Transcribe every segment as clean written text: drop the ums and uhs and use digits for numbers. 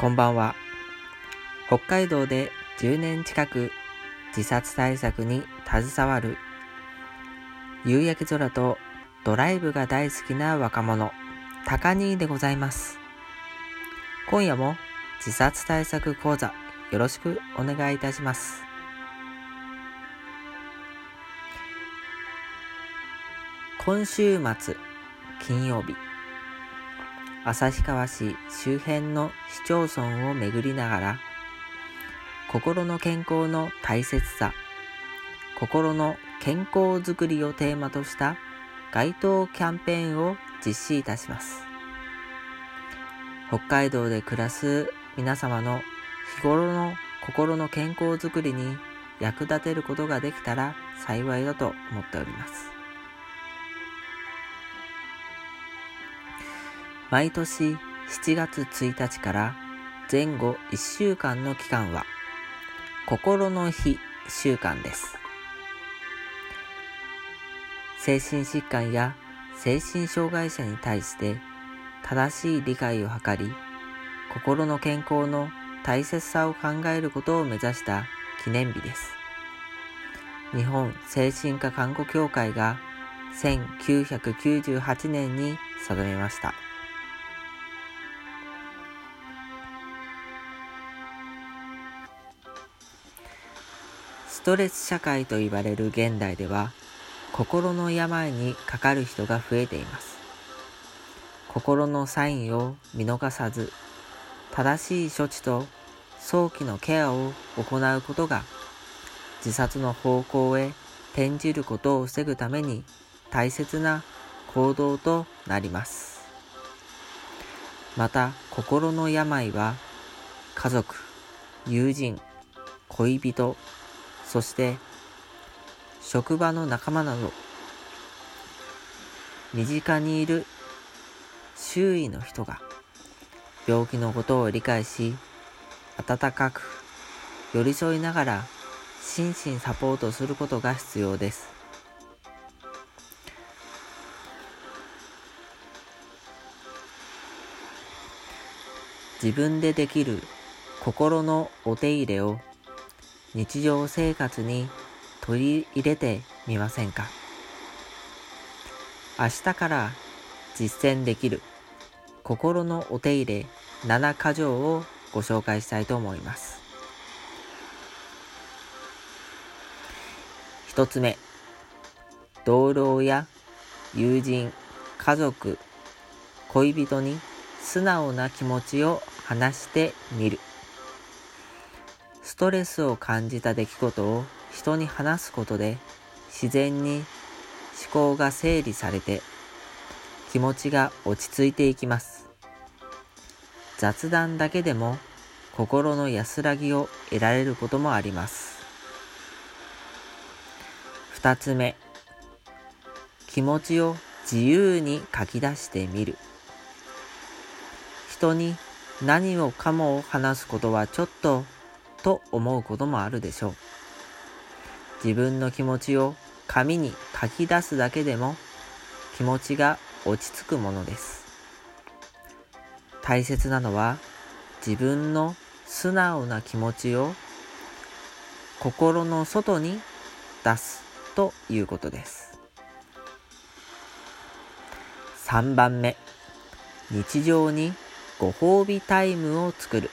こんばんは。北海道で10年近く自殺対策に携わる夕焼け空とドライブが大好きな若者、高兄でございます。今夜も自殺対策講座よろしくお願いいたします。今週末金曜日、旭川市周辺の市町村を巡りながら、心の健康の大切さ、心の健康づくりをテーマとした街頭キャンペーンを実施いたします。北海道で暮らす皆様の日頃の心の健康づくりに役立てることができたら幸いだと思っております。毎年7月1日から前後1週間の期間は心の日週間です。精神疾患や精神障害者に対して正しい理解を図り、心の健康の大切さを考えることを目指した記念日です。日本精神科看護協会が1998年に定めました。ストレス社会と言われる現代では、心の病にかかる人が増えています。心のサインを見逃さず、正しい処置と早期のケアを行うことが、自殺の方向へ転じることを防ぐために大切な行動となります。また、心の病は、家族、友人、恋人、そして職場の仲間など身近にいる周囲の人が病気のことを理解し、温かく寄り添いながら心身サポートすることが必要です。自分でできる心のお手入れを日常生活に取り入れてみませんか？明日から実践できる心のお手入れ7か条をご紹介したいと思います。一つ目、同僚や友人、家族、恋人に素直な気持ちを話してみる。ストレスを感じた出来事を人に話すことで自然に思考が整理されて気持ちが落ち着いていきます。雑談だけでも心の安らぎを得られることもあります。二つ目、気持ちを自由に書き出してみる。人に何もかもを話すことはちょっとと思うこともあるでしょう。自分の気持ちを紙に書き出すだけでも気持ちが落ち着くものです。大切なのは自分の素直な気持ちを心の外に出すということです。3番目、日常にご褒美タイムを作る。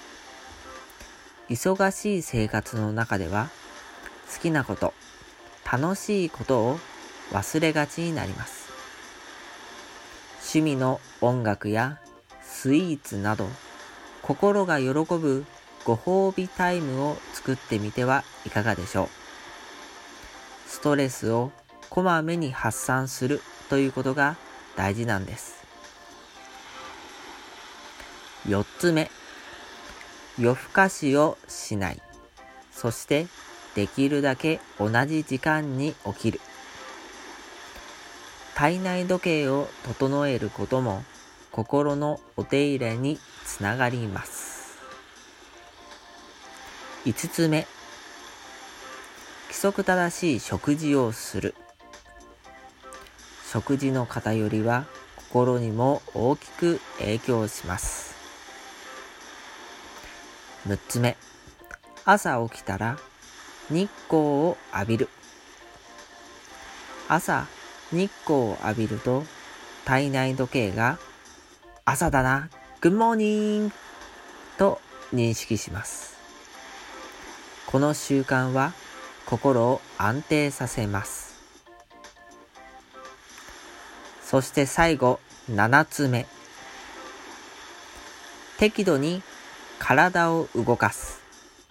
忙しい生活の中では好きなこと、楽しいことを忘れがちになります。趣味の音楽やスイーツなど心が喜ぶご褒美タイムを作ってみてはいかがでしょう。ストレスをこまめに発散するということが大事なんです。4つ目、夜更かしをしない。そしてできるだけ同じ時間に起きる。体内時計を整えることも心のお手入れにつながります。5つ目、規則正しい食事をする。食事の偏りは心にも大きく影響します。 6つ目、朝起きたら日光を浴びる。朝日光を浴びると体内時計が朝だな、グッモーニングと認識します。この習慣は心を安定させます。そして最後、7つ目。適度に体を動かす。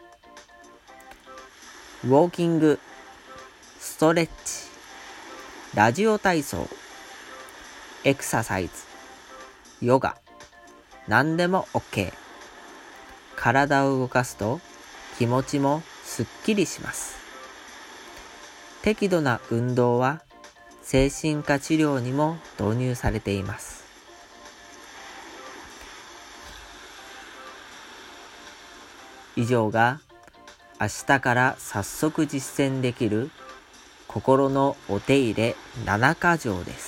ウォーキング、ストレッチ、ラジオ体操、エクササイズ、ヨガ、何でも OK。体を動かすと気持ちもすっきりします。適度な運動は精神科治療にも導入されています。以上が明日から早速実践できる心のお手入れ7か条です。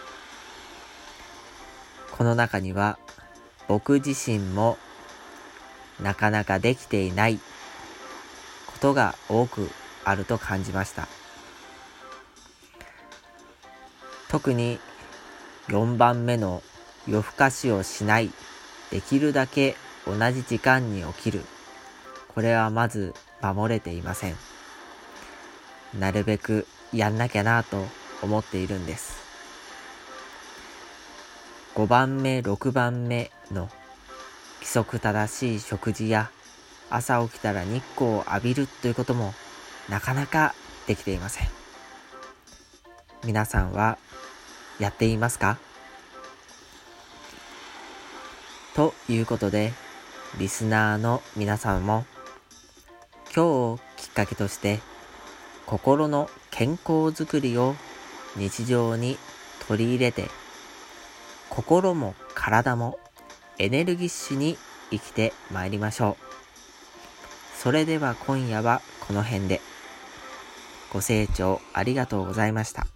この中には僕自身もなかなかできていないことが多くあると感じました。特に4番目の夜更かしをしない、できるだけ同じ時間に起きる。これはまず守れていません。なるべくやんなきゃなと思っているんです。5番目、6番目の規則正しい食事や朝起きたら日光を浴びるということもなかなかできていません。皆さんはやっていますか？ということで、リスナーの皆さんも今日をきっかけとして心の健康づくりを日常に取り入れて、心も体もエネルギッシュに生きてまいりましょう。それでは今夜はこの辺で。ご清聴ありがとうございました。